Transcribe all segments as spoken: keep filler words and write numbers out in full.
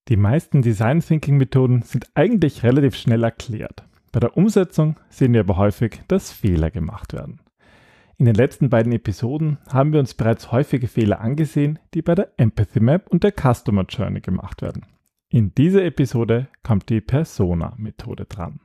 Die meisten Design Thinking Methoden sind eigentlich relativ schnell erklärt. Bei der Umsetzung sehen wir aber häufig, dass Fehler gemacht werden. In den letzten beiden Episoden haben wir uns bereits häufige Fehler angesehen, die bei der Empathy Map und der Customer Journey gemacht werden. In dieser Episode kommt die Persona-Methode dran.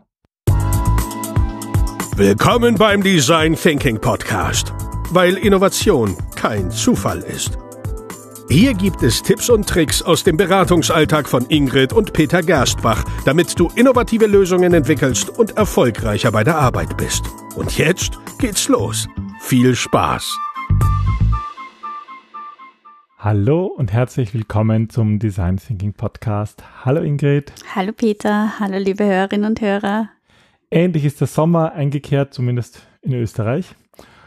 Willkommen beim Design Thinking Podcast, weil Innovation kein Zufall ist. Hier gibt es Tipps und Tricks aus dem Beratungsalltag von Ingrid und Peter Gerstbach, damit du innovative Lösungen entwickelst und erfolgreicher bei der Arbeit bist. Und jetzt geht's los. Viel Spaß! Hallo und herzlich willkommen zum Design Thinking Podcast. Hallo Ingrid. Hallo Peter, hallo liebe Hörerinnen und Hörer. Endlich ist der Sommer eingekehrt, zumindest in Österreich.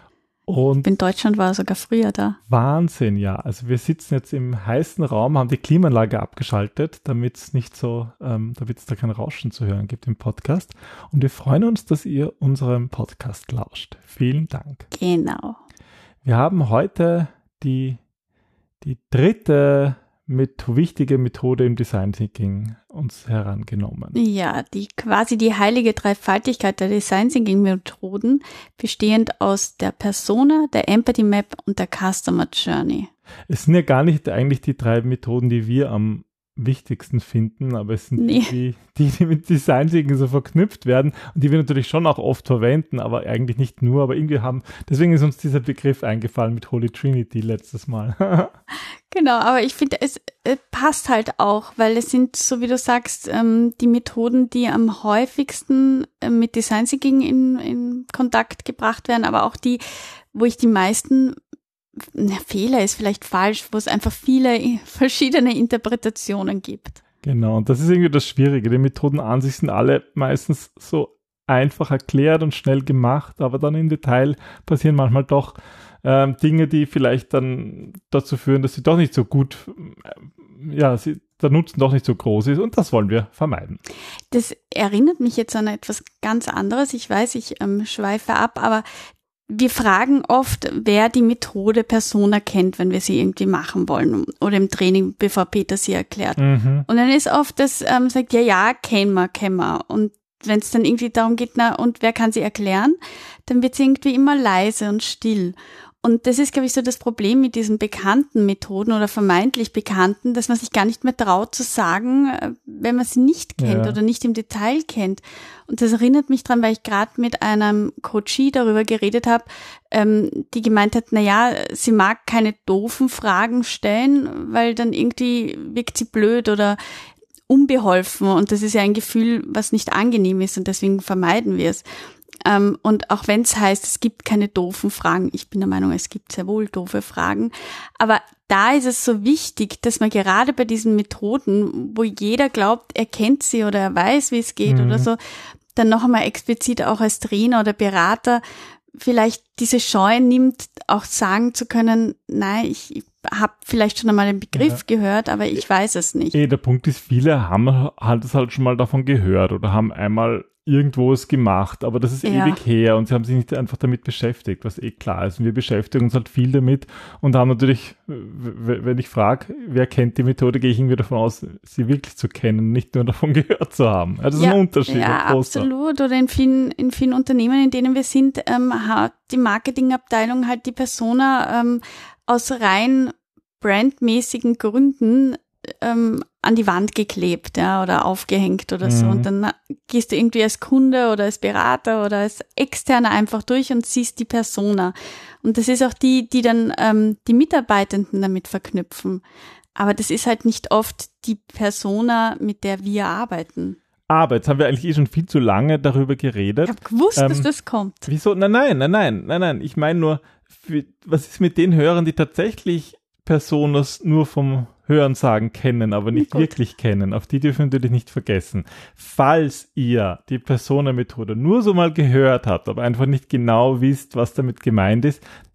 Und in Deutschland war er sogar früher da. Wahnsinn, ja. Also wir sitzen jetzt im heißen Raum, haben die Klimaanlage abgeschaltet, damit es nicht so, ähm, damit es da kein Rauschen zu hören gibt im Podcast. Und wir freuen uns, dass ihr unserem Podcast lauscht. Vielen Dank. Genau. Wir haben heute die, die dritte mit wichtige Methode im Design Thinking uns herangenommen. Ja, die quasi die heilige Dreifaltigkeit der Design Thinking Methoden, bestehend aus der Persona, der Empathy Map und der Customer Journey. Es sind ja gar nicht eigentlich die drei Methoden, die wir am wichtigsten finden, aber es sind nee. die, die, die mit Design Thinking so verknüpft werden und die wir natürlich schon auch oft verwenden, aber eigentlich nicht nur, aber irgendwie haben, deswegen ist uns dieser Begriff eingefallen mit Holy Trinity letztes Mal. Genau, aber ich finde, es äh, passt halt auch, weil es sind, so wie du sagst, ähm, die Methoden, die am häufigsten äh, mit Design Thinking in, in Kontakt gebracht werden, aber auch die, wo ich die meisten Na, Fehler ist vielleicht falsch, wo es einfach viele verschiedene Interpretationen gibt. Genau, und das ist irgendwie das Schwierige. Die Methoden an sich sind alle meistens so einfach erklärt und schnell gemacht, aber dann im Detail passieren manchmal doch ähm, Dinge, die vielleicht dann dazu führen, dass sie doch nicht so gut, äh, ja, sie, der Nutzen doch nicht so groß ist und das wollen wir vermeiden. Das erinnert mich jetzt an etwas ganz anderes. Ich weiß, ich ähm, schweife ab, aber wir fragen oft, wer die Methode Persona kennt, wenn wir sie irgendwie machen wollen oder im Training, bevor Peter sie erklärt. Mhm. Und dann ist oft das, ähm, sagt, ja, ja, kennen wir, kennen wir. Und wenn es dann irgendwie darum geht, na, und wer kann sie erklären, dann wird sie irgendwie immer leise und still. Und das ist, glaube ich, so das Problem mit diesen bekannten Methoden oder vermeintlich bekannten, dass man sich gar nicht mehr traut zu sagen, wenn man sie nicht kennt ja. oder nicht im Detail kennt. Und das erinnert mich dran, weil ich gerade mit einem Coachie darüber geredet habe, ähm, die gemeint hat, na ja, sie mag keine doofen Fragen stellen, weil dann irgendwie wirkt sie blöd oder unbeholfen. Und das ist ja ein Gefühl, was nicht angenehm ist und deswegen vermeiden wir es. Um, und auch wenn es heißt, es gibt keine doofen Fragen, ich bin der Meinung, es gibt sehr wohl doofe Fragen, aber da ist es so wichtig, dass man gerade bei diesen Methoden, wo jeder glaubt, er kennt sie oder er weiß, wie es geht mhm. oder so, dann noch einmal explizit auch als Trainer oder Berater vielleicht diese Scheu nimmt, auch sagen zu können, nein, ich habe vielleicht schon einmal den Begriff ja. gehört, aber ich weiß es nicht. Ey, der Punkt ist, viele haben halt das halt schon mal davon gehört oder haben einmal irgendwo es gemacht, aber das ist ja. ewig her und sie haben sich nicht einfach damit beschäftigt, was eh klar ist. Und wir beschäftigen uns halt viel damit und haben natürlich, w- wenn ich frage, wer kennt die Methode, gehe ich irgendwie davon aus, sie wirklich zu kennen, nicht nur davon gehört zu haben. Also das ja, ist ein Unterschied. Ja, absolut. Oder in vielen, in vielen Unternehmen, in denen wir sind, ähm, hat die Marketingabteilung halt die Persona ähm, aus rein brandmäßigen Gründen ähm, an die Wand geklebt, ja, oder aufgehängt oder mhm. so. Und dann gehst du irgendwie als Kunde oder als Berater oder als Externer einfach durch und siehst die Persona. Und das ist auch die, die dann ähm, die Mitarbeitenden damit verknüpfen. Aber das ist halt nicht oft die Persona, mit der wir arbeiten. Aber jetzt haben wir eigentlich eh schon viel zu lange darüber geredet. Ich habe gewusst, ähm, dass das kommt. Wieso? Nein, nein, nein, nein, nein, nein. Ich meine nur, für, was ist mit den Hörern, die tatsächlich Personas nur vom Hörensagen kennen, aber nicht Gut. wirklich kennen. Auf die dürfen wir natürlich nicht vergessen. Falls ihr die Persona-Methode nur so mal gehört habt, aber einfach nicht genau wisst, was damit gemeint ist,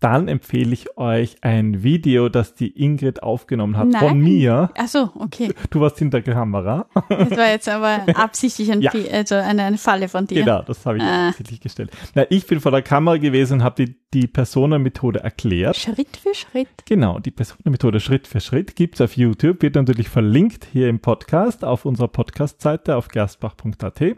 dann empfehle ich euch ein Video, das die Ingrid aufgenommen hat Nein. von mir. Ach so, okay. Du warst hinter der Kamera. Das war jetzt aber absichtlich ein Ja. Fe- also eine, eine Falle von dir. Genau, das habe ich Ah. absichtlich gestellt. Na, ich bin vor der Kamera gewesen und habe die, die Persona-Methode erklärt. Schritt für Schritt. Genau, die Persona-Methode Schritt für Schritt gibt es auf YouTube, wird natürlich verlinkt hier im Podcast auf unserer Podcast-Seite auf gerstbach punkt a t.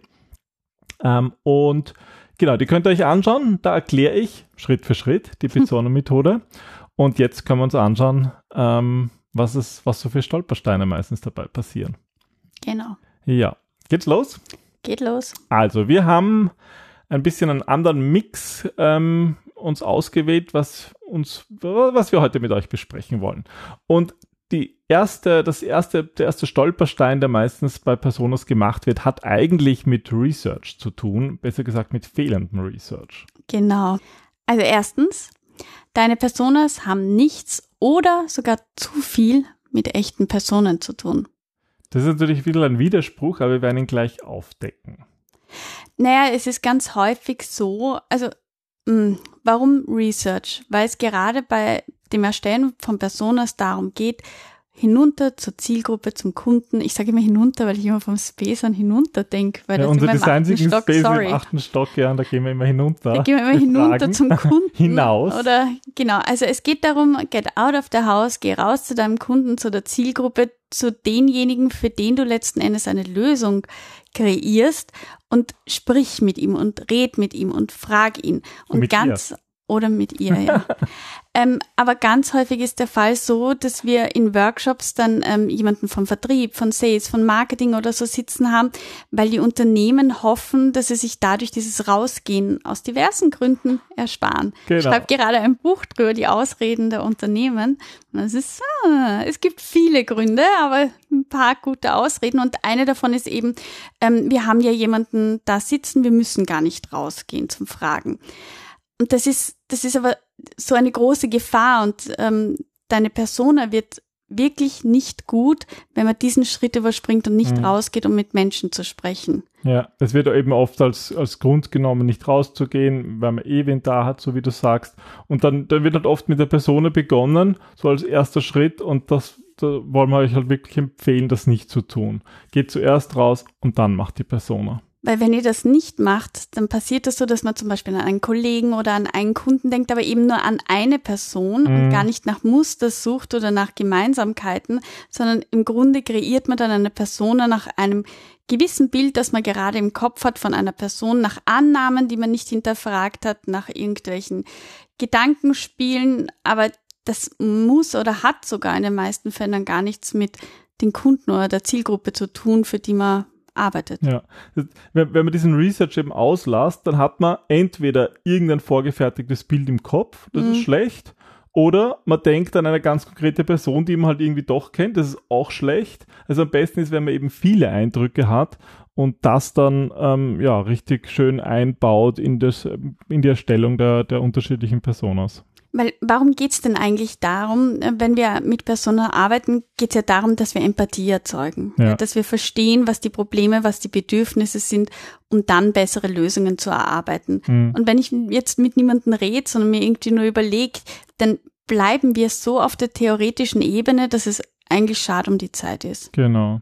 Ähm, und genau, die könnt ihr euch anschauen. Da erkläre ich Schritt für Schritt die Persona-Methode. Und jetzt können wir uns anschauen, ähm, was, es, was so für Stolpersteine meistens dabei passieren. Genau. Ja, geht's los? Geht los. Also, wir haben ein bisschen einen anderen Mix ähm, uns ausgewählt, was, uns, was wir heute mit euch besprechen wollen. Und die erste, das erste, der erste Stolperstein, der meistens bei Personas gemacht wird, hat eigentlich mit Research zu tun, besser gesagt mit fehlendem Research. Genau. Also erstens, deine Personas haben nichts oder sogar zu viel mit echten Personen zu tun. Das ist natürlich wieder ein Widerspruch, aber wir werden ihn gleich aufdecken. Naja, es ist ganz häufig so, also mh, warum Research? Weil es gerade bei dem Erstellen von Personas darum geht, hinunter zur Zielgruppe, zum Kunden. Ich sage immer hinunter, weil ich immer vom Space an hinunter denke. Weil Ja, das unser immer im achten Design Stock, Space sorry. im achten Stock, ja, und da gehen wir immer hinunter. Da gehen wir immer Wir hinunter fragen. zum Kunden. Hinaus. Oder genau, also es geht darum, get out of the house, geh raus zu deinem Kunden, zu der Zielgruppe, zu denjenigen, für den du letzten Endes eine Lösung kreierst und sprich mit ihm und red mit ihm und frag ihn. Und mit ganz ihr. Oder mit ihr, ja. ähm, aber ganz häufig ist der Fall so, dass wir in Workshops dann ähm, jemanden vom Vertrieb, von Sales, von Marketing oder so sitzen haben, weil die Unternehmen hoffen, dass sie sich dadurch dieses Rausgehen aus diversen Gründen ersparen. Genau. Ich schreibe gerade ein Buch drüber, die Ausreden der Unternehmen. Und das ist, ah, es gibt viele Gründe, aber ein paar gute Ausreden. Und eine davon ist eben, ähm, wir haben ja jemanden da sitzen, wir müssen gar nicht rausgehen zum Fragen. Und das ist, das ist aber so eine große Gefahr und ähm, deine Persona wird wirklich nicht gut, wenn man diesen Schritt überspringt und nicht mhm. rausgeht, um mit Menschen zu sprechen. Ja, es wird eben oft als, als Grund genommen, nicht rauszugehen, weil man eh wen da hat, so wie du sagst. Und dann, dann wird halt oft mit der Persona begonnen, so als erster Schritt, und das da wollen wir euch halt wirklich empfehlen, das nicht zu tun. Geht zuerst raus und dann macht die Persona. Weil wenn ihr das nicht macht, dann passiert das so, dass man zum Beispiel an einen Kollegen oder an einen Kunden denkt, aber eben nur an eine Person mhm. und gar nicht nach Muster sucht oder nach Gemeinsamkeiten, sondern im Grunde kreiert man dann eine Persona nach einem gewissen Bild, das man gerade im Kopf hat von einer Person, nach Annahmen, die man nicht hinterfragt hat, nach irgendwelchen Gedankenspielen, aber das muss oder hat sogar in den meisten Fällen dann gar nichts mit den Kunden oder der Zielgruppe zu tun, für die man arbeitet. Ja, wenn, wenn man diesen Research eben auslässt, dann hat man entweder irgendein vorgefertigtes Bild im Kopf, das mhm. ist schlecht, oder man denkt an eine ganz konkrete Person, die man halt irgendwie doch kennt, das ist auch schlecht. Also am besten ist, wenn man eben viele Eindrücke hat und das dann ähm, ja richtig schön einbaut in, das, in die Erstellung der, der unterschiedlichen Personas. Weil warum geht's denn eigentlich darum, wenn wir mit Persona arbeiten, geht's ja darum, dass wir Empathie erzeugen, ja. dass wir verstehen, was die Probleme, was die Bedürfnisse sind, um dann bessere Lösungen zu erarbeiten. Mhm. Und wenn ich jetzt mit niemandem rede, sondern mir irgendwie nur überlege, dann bleiben wir so auf der theoretischen Ebene, dass es eigentlich schade um die Zeit ist. Genau.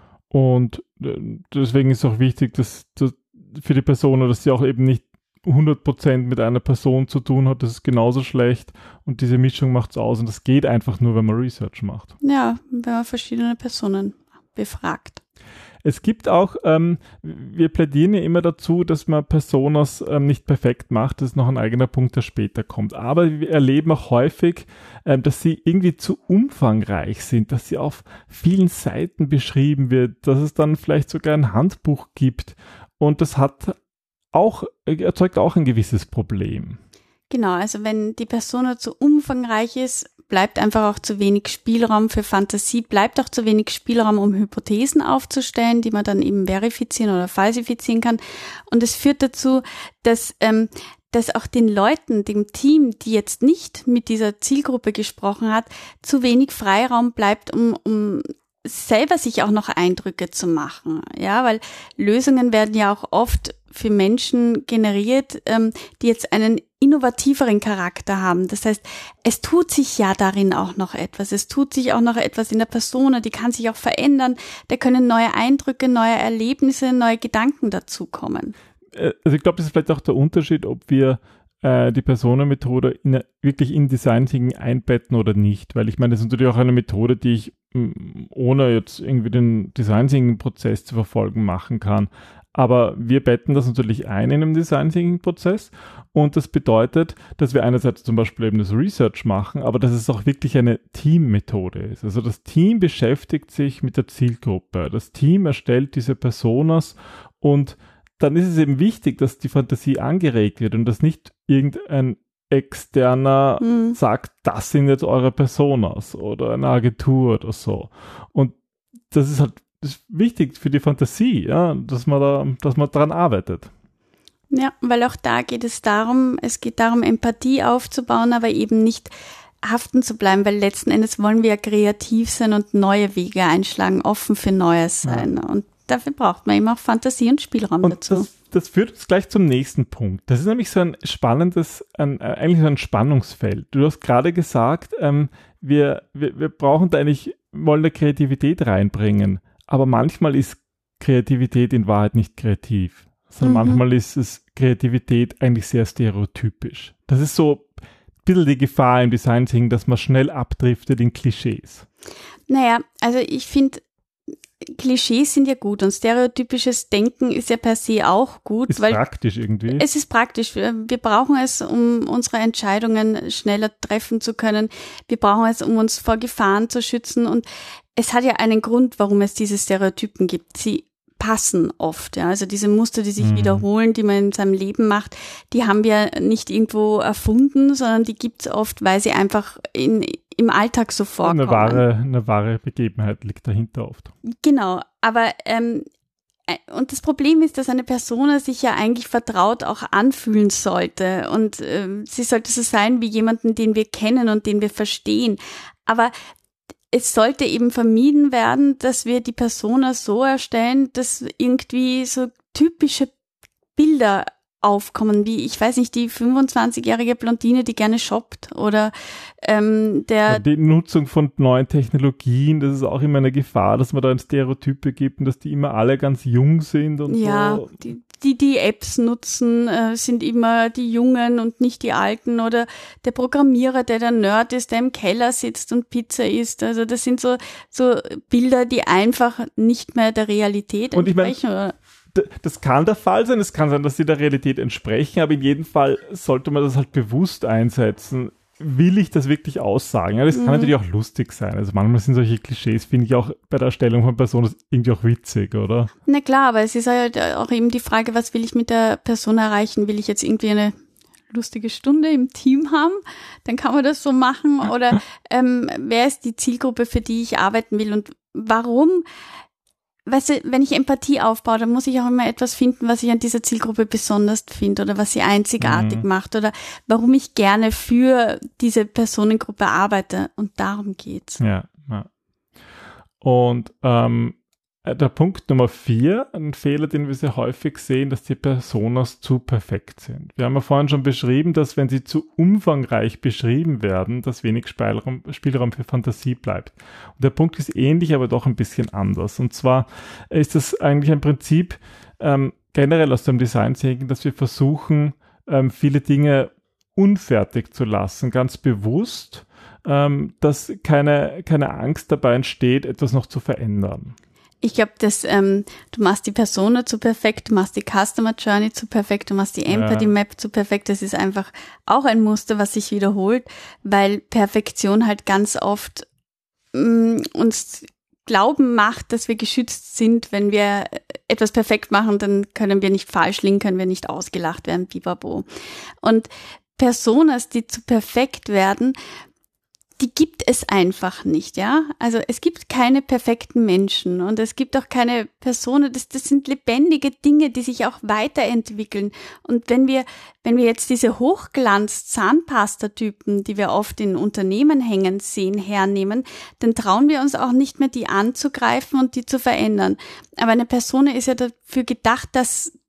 Und deswegen ist auch wichtig, dass, dass für die Persona, dass sie auch eben nicht hundert Prozent mit einer Person zu tun hat, das ist genauso schlecht, und diese Mischung macht es aus, und das geht einfach nur, wenn man Research macht. Ja, wenn man verschiedene Personen befragt. Es gibt auch, ähm, wir plädieren ja immer dazu, dass man Personas ähm, nicht perfekt macht, das ist noch ein eigener Punkt, der später kommt, aber wir erleben auch häufig, ähm, dass sie irgendwie zu umfangreich sind, dass sie auf vielen Seiten beschrieben wird, dass es dann vielleicht sogar ein Handbuch gibt, und das hat auch, erzeugt auch ein gewisses Problem. Genau, also wenn die Persona zu umfangreich ist, bleibt einfach auch zu wenig Spielraum für Fantasie, bleibt auch zu wenig Spielraum, um Hypothesen aufzustellen, die man dann eben verifizieren oder falsifizieren kann. Und es führt dazu, dass, ähm, dass auch den Leuten, dem Team, die jetzt nicht mit dieser Zielgruppe gesprochen hat, zu wenig Freiraum bleibt, um, um selber sich auch noch Eindrücke zu machen. Ja, weil Lösungen werden ja auch oft für Menschen generiert, ähm, die jetzt einen innovativeren Charakter haben. Das heißt, es tut sich ja darin auch noch etwas. Es tut sich auch noch etwas in der Persona, die kann sich auch verändern. Da können neue Eindrücke, neue Erlebnisse, neue Gedanken dazukommen. Also ich glaube, das ist vielleicht auch der Unterschied, ob wir äh, die Persona-Methode in, wirklich in Design Thinking einbetten oder nicht. Weil ich meine, das ist natürlich auch eine Methode, die ich mh, ohne jetzt irgendwie den Design Thinking-Prozess zu verfolgen machen kann. Aber wir betten das natürlich ein in einem Design Thinking Prozess und das bedeutet, dass wir einerseits zum Beispiel eben das Research machen, aber dass es auch wirklich eine Teammethode ist. Also das Team beschäftigt sich mit der Zielgruppe. Das Team erstellt diese Personas und dann ist es eben wichtig, dass die Fantasie angeregt wird und dass nicht irgendein Externer mhm. sagt, das sind jetzt eure Personas oder eine Agentur oder so. Und das ist halt das ist wichtig für die Fantasie, ja, dass man da, dass man daran arbeitet. Ja, weil auch da geht es darum, es geht darum, Empathie aufzubauen, aber eben nicht haften zu bleiben, weil letzten Endes wollen wir ja kreativ sein und neue Wege einschlagen, offen für Neues sein. Ja. Und dafür braucht man eben auch Fantasie und Spielraum und dazu. Das, das führt uns gleich zum nächsten Punkt. Das ist nämlich so ein spannendes, ein, eigentlich so ein Spannungsfeld. Du hast gerade gesagt, ähm, wir, wir, wir brauchen da eigentlich, wollen da Kreativität reinbringen. Aber manchmal ist Kreativität in Wahrheit nicht kreativ, sondern mhm. manchmal ist es Kreativität eigentlich sehr stereotypisch. Das ist so ein bisschen die Gefahr im Design Thinking, dass man schnell abdriftet in Klischees. Naja, also ich finde, Klischees sind ja gut und stereotypisches Denken ist ja per se auch gut. Ist weil praktisch irgendwie. Es ist praktisch. Wir brauchen es, um unsere Entscheidungen schneller treffen zu können. Wir brauchen es, um uns vor Gefahren zu schützen und es hat ja einen Grund, warum es diese Stereotypen gibt. Sie passen oft, ja. Also diese Muster, die sich mhm. wiederholen, die man in seinem Leben macht, die haben wir nicht irgendwo erfunden, sondern die gibt es oft, weil sie einfach in, im Alltag so vorkommen. Eine wahre, eine wahre Begebenheit liegt dahinter oft. Genau, aber ähm, und das Problem ist, dass eine Persona sich ja eigentlich vertraut auch anfühlen sollte und ähm, sie sollte so sein wie jemanden, den wir kennen und den wir verstehen. Aber es sollte eben vermieden werden, dass wir die Persona so erstellen, dass irgendwie so typische Bilder aufkommen, wie, ich weiß nicht, die fünfundzwanzigjährige Blondine, die gerne shoppt oder ähm, der... Ja, die Nutzung von neuen Technologien, das ist auch immer eine Gefahr, dass man da ein Stereotype gibt und dass die immer alle ganz jung sind und ja, so. die, die die Apps nutzen, äh, sind immer die Jungen und nicht die Alten oder der Programmierer, der der Nerd ist, der im Keller sitzt und Pizza isst. Also das sind so so Bilder, die einfach nicht mehr der Realität und entsprechen. Ich mein, das kann der Fall sein, es kann sein, dass sie der Realität entsprechen, aber in jedem Fall sollte man das halt bewusst einsetzen. Will ich das wirklich aussagen? Ja, das mhm. kann natürlich auch lustig sein. Also manchmal sind solche Klischees, finde ich, auch bei der Erstellung von Personen irgendwie auch witzig, oder? Na klar, aber es ist halt auch eben die Frage, was will ich mit der Person erreichen? Will ich jetzt irgendwie eine lustige Stunde im Team haben? Dann kann man das so machen. Oder ähm, wer ist die Zielgruppe, für die ich arbeiten will und warum? Weißt du, wenn ich Empathie aufbaue, dann muss ich auch immer etwas finden, was ich an dieser Zielgruppe besonders finde oder was sie einzigartig mhm. macht oder warum ich gerne für diese Personengruppe arbeite. Und darum geht's. Ja, ja. Und ähm, der Punkt Nummer vier, ein Fehler, den wir sehr häufig sehen, dass die Personas zu perfekt sind. Wir haben ja vorhin schon beschrieben, dass wenn sie zu umfangreich beschrieben werden, dass wenig Spielraum, Spielraum für Fantasie bleibt. Und der Punkt ist ähnlich, aber doch ein bisschen anders. Und zwar ist das eigentlich ein Prinzip ähm, generell aus dem Design Thinking, dass wir versuchen, ähm, viele Dinge unfertig zu lassen, ganz bewusst, ähm, dass keine, keine Angst dabei entsteht, etwas noch zu verändern. Ich glaube, dass ähm, du machst die Persona zu perfekt, du machst die Customer Journey zu perfekt, du machst die Empathy ja. Map zu perfekt. Das ist einfach auch ein Muster, was sich wiederholt, weil Perfektion halt ganz oft mh, uns glauben macht, dass wir geschützt sind. Wenn wir etwas perfekt machen, dann können wir nicht falsch liegen, können wir nicht ausgelacht werden, bibabo. Und Personas, die zu perfekt werden, die gibt es einfach nicht, ja. Also es gibt keine perfekten Menschen und es gibt auch keine Personen. Das, das sind lebendige Dinge, die sich auch weiterentwickeln. Und wenn wir, wenn wir jetzt diese Hochglanz-Zahnpasta-Typen, die wir oft in Unternehmen hängen sehen, hernehmen, dann trauen wir uns auch nicht mehr, die anzugreifen und die zu verändern. Aber eine Person ist ja dafür gedacht, dass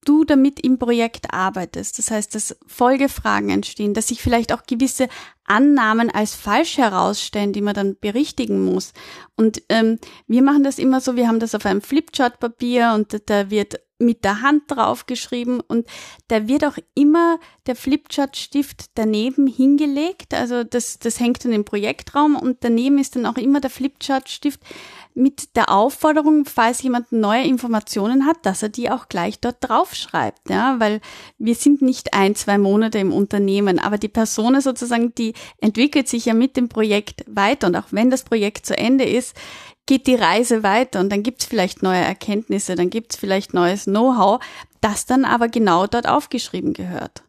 du damit im Projekt arbeitest. Das heißt, dass Folgefragen entstehen, dass sich vielleicht auch gewisse Annahmen als falsch herausstellen, die man dann berichtigen muss. Und ähm, wir machen das immer so, wir haben das auf einem Flipchart-Papier und da wird mit der Hand draufgeschrieben und da wird auch immer der Flipchart-Stift daneben hingelegt. Also das, das hängt dann im Projektraum und daneben ist dann auch immer der Flipchart-Stift mit der Aufforderung, falls jemand neue Informationen hat, dass er die auch gleich dort draufschreibt, ja, weil wir sind nicht ein, zwei Monate im Unternehmen, aber die Person sozusagen, die entwickelt sich ja mit dem Projekt weiter und auch wenn das Projekt zu Ende ist, geht die Reise weiter und dann gibt's vielleicht neue Erkenntnisse, dann gibt's vielleicht neues Know-how, das dann aber genau dort aufgeschrieben gehört.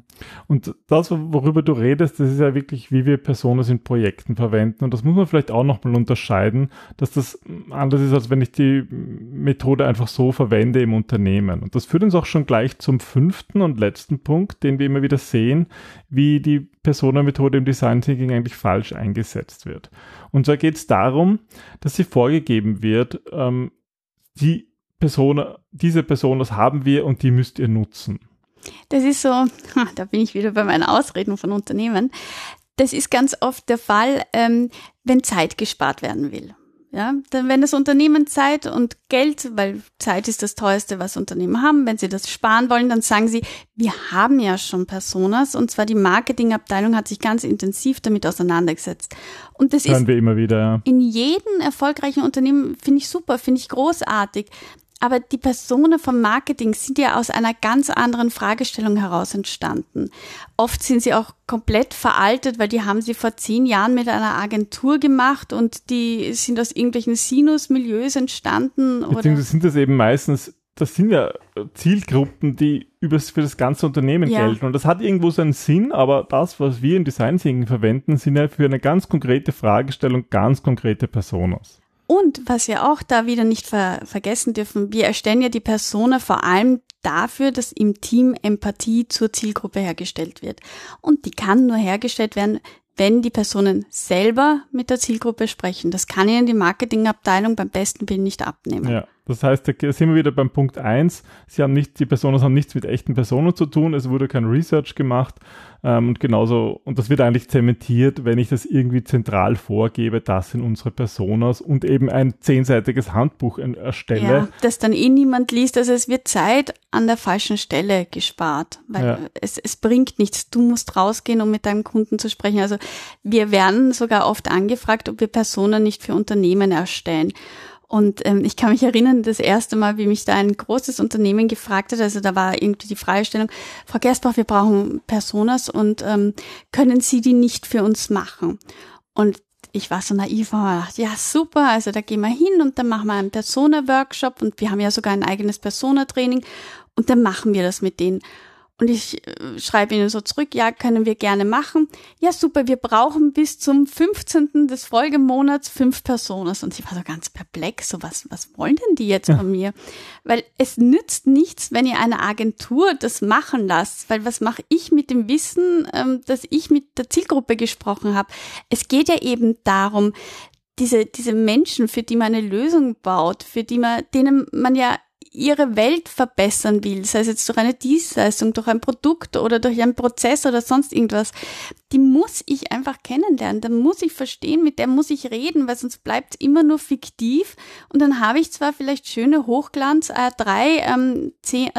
Und das, worüber du redest, das ist ja wirklich, wie wir Personas in Projekten verwenden und das muss man vielleicht auch nochmal unterscheiden, dass das anders ist, als wenn ich die Methode einfach so verwende im Unternehmen. Und das führt uns auch schon gleich zum fünften und letzten Punkt, den wir immer wieder sehen, wie die Persona-Methode im Design Thinking eigentlich falsch eingesetzt wird. Und zwar geht es darum, dass sie vorgegeben wird, ähm, die Persona, diese Personas haben wir und die müsst ihr nutzen. Das ist so, da bin ich wieder bei meinen Ausreden von Unternehmen. Das ist ganz oft der Fall, ähm, wenn Zeit gespart werden will. Ja, dann wenn das Unternehmen Zeit und Geld, weil Zeit ist das teuerste, was Unternehmen haben, wenn sie das sparen wollen, dann sagen sie, wir haben ja schon Personas und zwar die Marketingabteilung hat sich ganz intensiv damit auseinandergesetzt. Und das Hören ist wir immer wieder, ja. In jedem erfolgreichen Unternehmen, finde ich super, finde ich großartig. Aber die Personen vom Marketing sind ja aus einer ganz anderen Fragestellung heraus entstanden. Oft sind sie auch komplett veraltet, weil die haben sie vor zehn Jahren mit einer Agentur gemacht und die sind aus irgendwelchen Sinus-Milieus entstanden. Beziehungsweise oder sind das eben meistens, das sind ja Zielgruppen, die übers, für das ganze Unternehmen ja. gelten. Und das hat irgendwo seinen Sinn, aber das, was wir im Design Thinking verwenden, sind ja für eine ganz konkrete Fragestellung ganz konkrete Personas. Und was wir auch da wieder nicht ver- vergessen dürfen, wir erstellen ja die Persona vor allem dafür, dass im Team Empathie zur Zielgruppe hergestellt wird. Und die kann nur hergestellt werden, wenn die Personen selber mit der Zielgruppe sprechen. Das kann ihnen die Marketingabteilung beim besten Willen nicht abnehmen. Ja, das heißt, da sind wir wieder beim Punkt eins. Sie haben nicht, die Personen haben nichts mit echten Personen zu tun. Es wurde kein Research gemacht. Ähm, und genauso, und das wird eigentlich zementiert, wenn ich das irgendwie zentral vorgebe, das sind unsere Personas und eben ein zehnseitiges Handbuch erstelle. Ja, das dann eh niemand liest. Also es wird Zeit an der falschen Stelle gespart, weil ja. es, es bringt nichts. Du musst rausgehen, um mit deinem Kunden zu sprechen. Also wir werden sogar oft angefragt, ob wir Personen nicht für Unternehmen erstellen. Und ähm, ich kann mich erinnern, das erste Mal, wie mich da ein großes Unternehmen gefragt hat, also da war irgendwie die Fragestellung, Frau Gerstbach, wir brauchen Personas und ähm, können Sie die nicht für uns machen? Und ich war so naiv und dachte, ja super, also da gehen wir hin und dann machen wir einen Persona-Workshop und wir haben ja sogar ein eigenes Persona-Training und dann machen wir das mit denen. Und ich schreibe ihnen so zurück, ja, können wir gerne machen. Ja, super, wir brauchen bis zum fünfzehnten des Folgemonats fünf Personas. Und ich war so ganz perplex, so was, was wollen denn die jetzt von mir? Weil es nützt nichts, wenn ihr eine Agentur das machen lasst. Weil was mache ich mit dem Wissen, ähm, dass ich mit der Zielgruppe gesprochen habe? Es geht ja eben darum, diese, diese Menschen, für die man eine Lösung baut, für die man, denen man ja ihre Welt verbessern will, sei es jetzt durch eine Dienstleistung, durch ein Produkt oder durch einen Prozess oder sonst irgendwas, die muss ich einfach kennenlernen, da muss ich verstehen, mit der muss ich reden, weil sonst bleibt es immer nur fiktiv und dann habe ich zwar vielleicht schöne Hochglanz A drei ähm,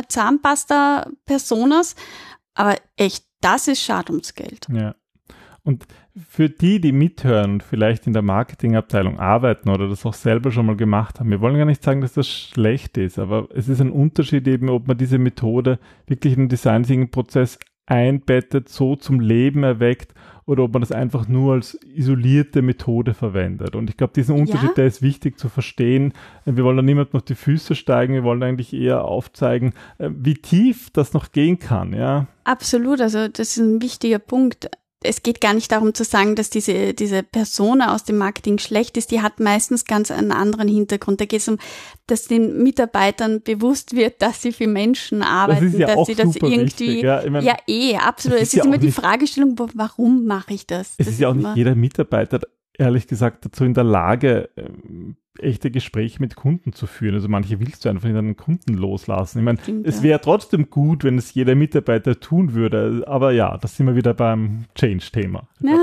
Zahnpasta-Personas, aber echt, das ist schade ums Geld. Ja. Und für die, die mithören und vielleicht in der Marketingabteilung arbeiten oder das auch selber schon mal gemacht haben, wir wollen gar nicht sagen, dass das schlecht ist, aber es ist ein Unterschied eben, ob man diese Methode wirklich in den Design-Thinking-Prozess einbettet, so zum Leben erweckt oder ob man das einfach nur als isolierte Methode verwendet. Und ich glaube, diesen Unterschied, ja. der ist wichtig zu verstehen. Wir wollen da niemandem auf die Füße steigen, wir wollen eigentlich eher aufzeigen, wie tief das noch gehen kann. Ja. Absolut, also das ist ein wichtiger Punkt. Es geht gar nicht darum zu sagen, dass diese diese Persona aus dem Marketing schlecht ist. Die hat meistens ganz einen anderen Hintergrund. Da geht es um, dass den Mitarbeitern bewusst wird, dass sie für Menschen arbeiten, das ist ja dass auch sie das super irgendwie, wichtig, ja, ich mein, ja eh, absolut. Es ist, ist ja immer die Fragestellung, warum mache ich das? Es das ist ja auch nicht jeder Mitarbeiter ehrlich gesagt dazu in der Lage, echte Gespräche mit Kunden zu führen. Also manche willst du einfach in einen Kunden loslassen. Ich meine, Stimmt, es wäre ja. trotzdem gut, wenn es jeder Mitarbeiter tun würde. Aber ja, das sind wir wieder beim Change-Thema. Ja.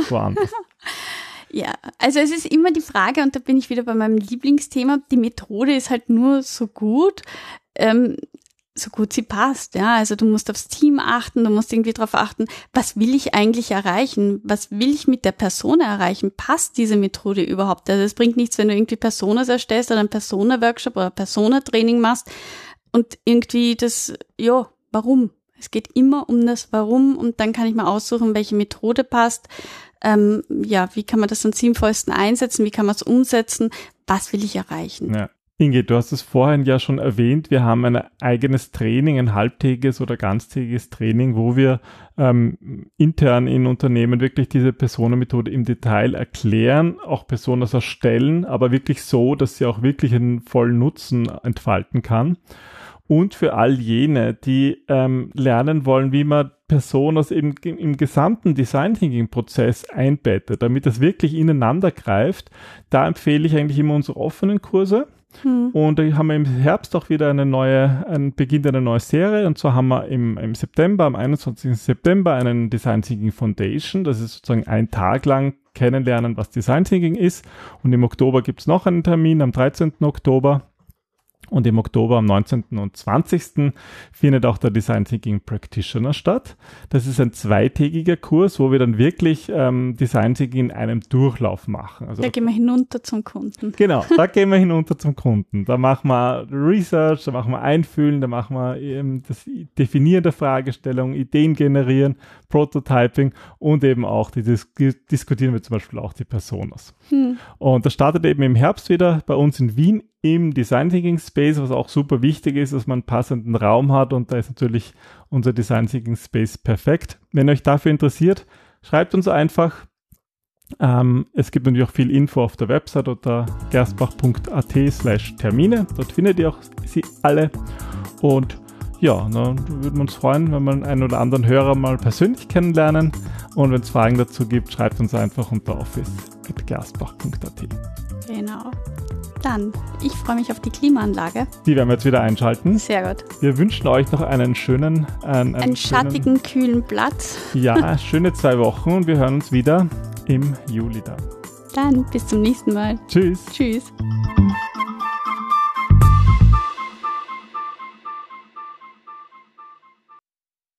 Ja, also es ist immer die Frage, und da bin ich wieder bei meinem Lieblingsthema, die Methode ist halt nur so gut, ähm, so gut sie passt. Ja, also du musst aufs Team achten, du musst irgendwie darauf achten, was will ich eigentlich erreichen? Was will ich mit der Persona erreichen? Passt diese Methode überhaupt? Also es bringt nichts, wenn du irgendwie Personas erstellst oder einen Persona-Workshop oder Persona-Training machst und irgendwie das, ja, warum? Es geht immer um das Warum und dann kann ich mal aussuchen, welche Methode passt. Ähm, ja, wie kann man das am sinnvollsten einsetzen? Wie kann man es umsetzen? Was will ich erreichen? Ja. Inge, du hast es vorhin ja schon erwähnt, wir haben ein eigenes Training, ein halbtägiges oder ganztägiges Training, wo wir ähm, intern in Unternehmen wirklich diese Persona-Methode im Detail erklären, auch Personas erstellen, aber wirklich so, dass sie auch wirklich einen vollen Nutzen entfalten kann. Und für all jene, die ähm, lernen wollen, wie man Personas eben im gesamten Design Thinking Prozess einbettet, damit das wirklich ineinander greift, da empfehle ich eigentlich immer unsere offenen Kurse. Hm. Und da haben wir im Herbst auch wieder eine neue, einen Beginn einer neuen Serie. Und zwar haben wir im, im September, am einundzwanzigsten September, einen Design Thinking Foundation. Das ist sozusagen ein Tag lang kennenlernen, was Design Thinking ist. Und im Oktober gibt es noch einen Termin, am dreizehnten Oktober. Und im Oktober am neunzehnten und zwanzigsten findet auch der Design Thinking Practitioner statt. Das ist ein zweitägiger Kurs, wo wir dann wirklich ähm, Design Thinking in einem Durchlauf machen. Also da gehen wir hinunter zum Kunden. Genau, da gehen wir hinunter zum Kunden. Da machen wir Research, da machen wir Einfühlen, da machen wir eben das Definieren der Fragestellung, Ideen generieren, Prototyping und eben auch die Dis- diskutieren wir zum Beispiel auch die Personas. Hm. Und das startet eben im Herbst wieder bei uns in Wien im Design Thinking Space, was auch super wichtig ist, dass man einen passenden Raum hat und da ist natürlich unser Design Thinking Space perfekt. Wenn euch dafür interessiert, schreibt uns einfach. Ähm, es gibt natürlich auch viel Info auf der Website unter gerstbach.at slash Termine. Dort findet ihr auch sie alle. Und ja, dann würden wir uns freuen, wenn wir einen oder anderen Hörer mal persönlich kennenlernen. Und wenn es Fragen dazu gibt, schreibt uns einfach unter office at gerstbach punkt at. Genau. Dann, ich freue mich auf die Klimaanlage. Die werden wir jetzt wieder einschalten. Sehr gut. Wir wünschen euch noch einen schönen... Einen, einen, einen schönen, schattigen, kühlen Platz. Ja, schöne zwei Wochen und wir hören uns wieder im Juli dann. Dann, bis zum nächsten Mal. Tschüss. Tschüss.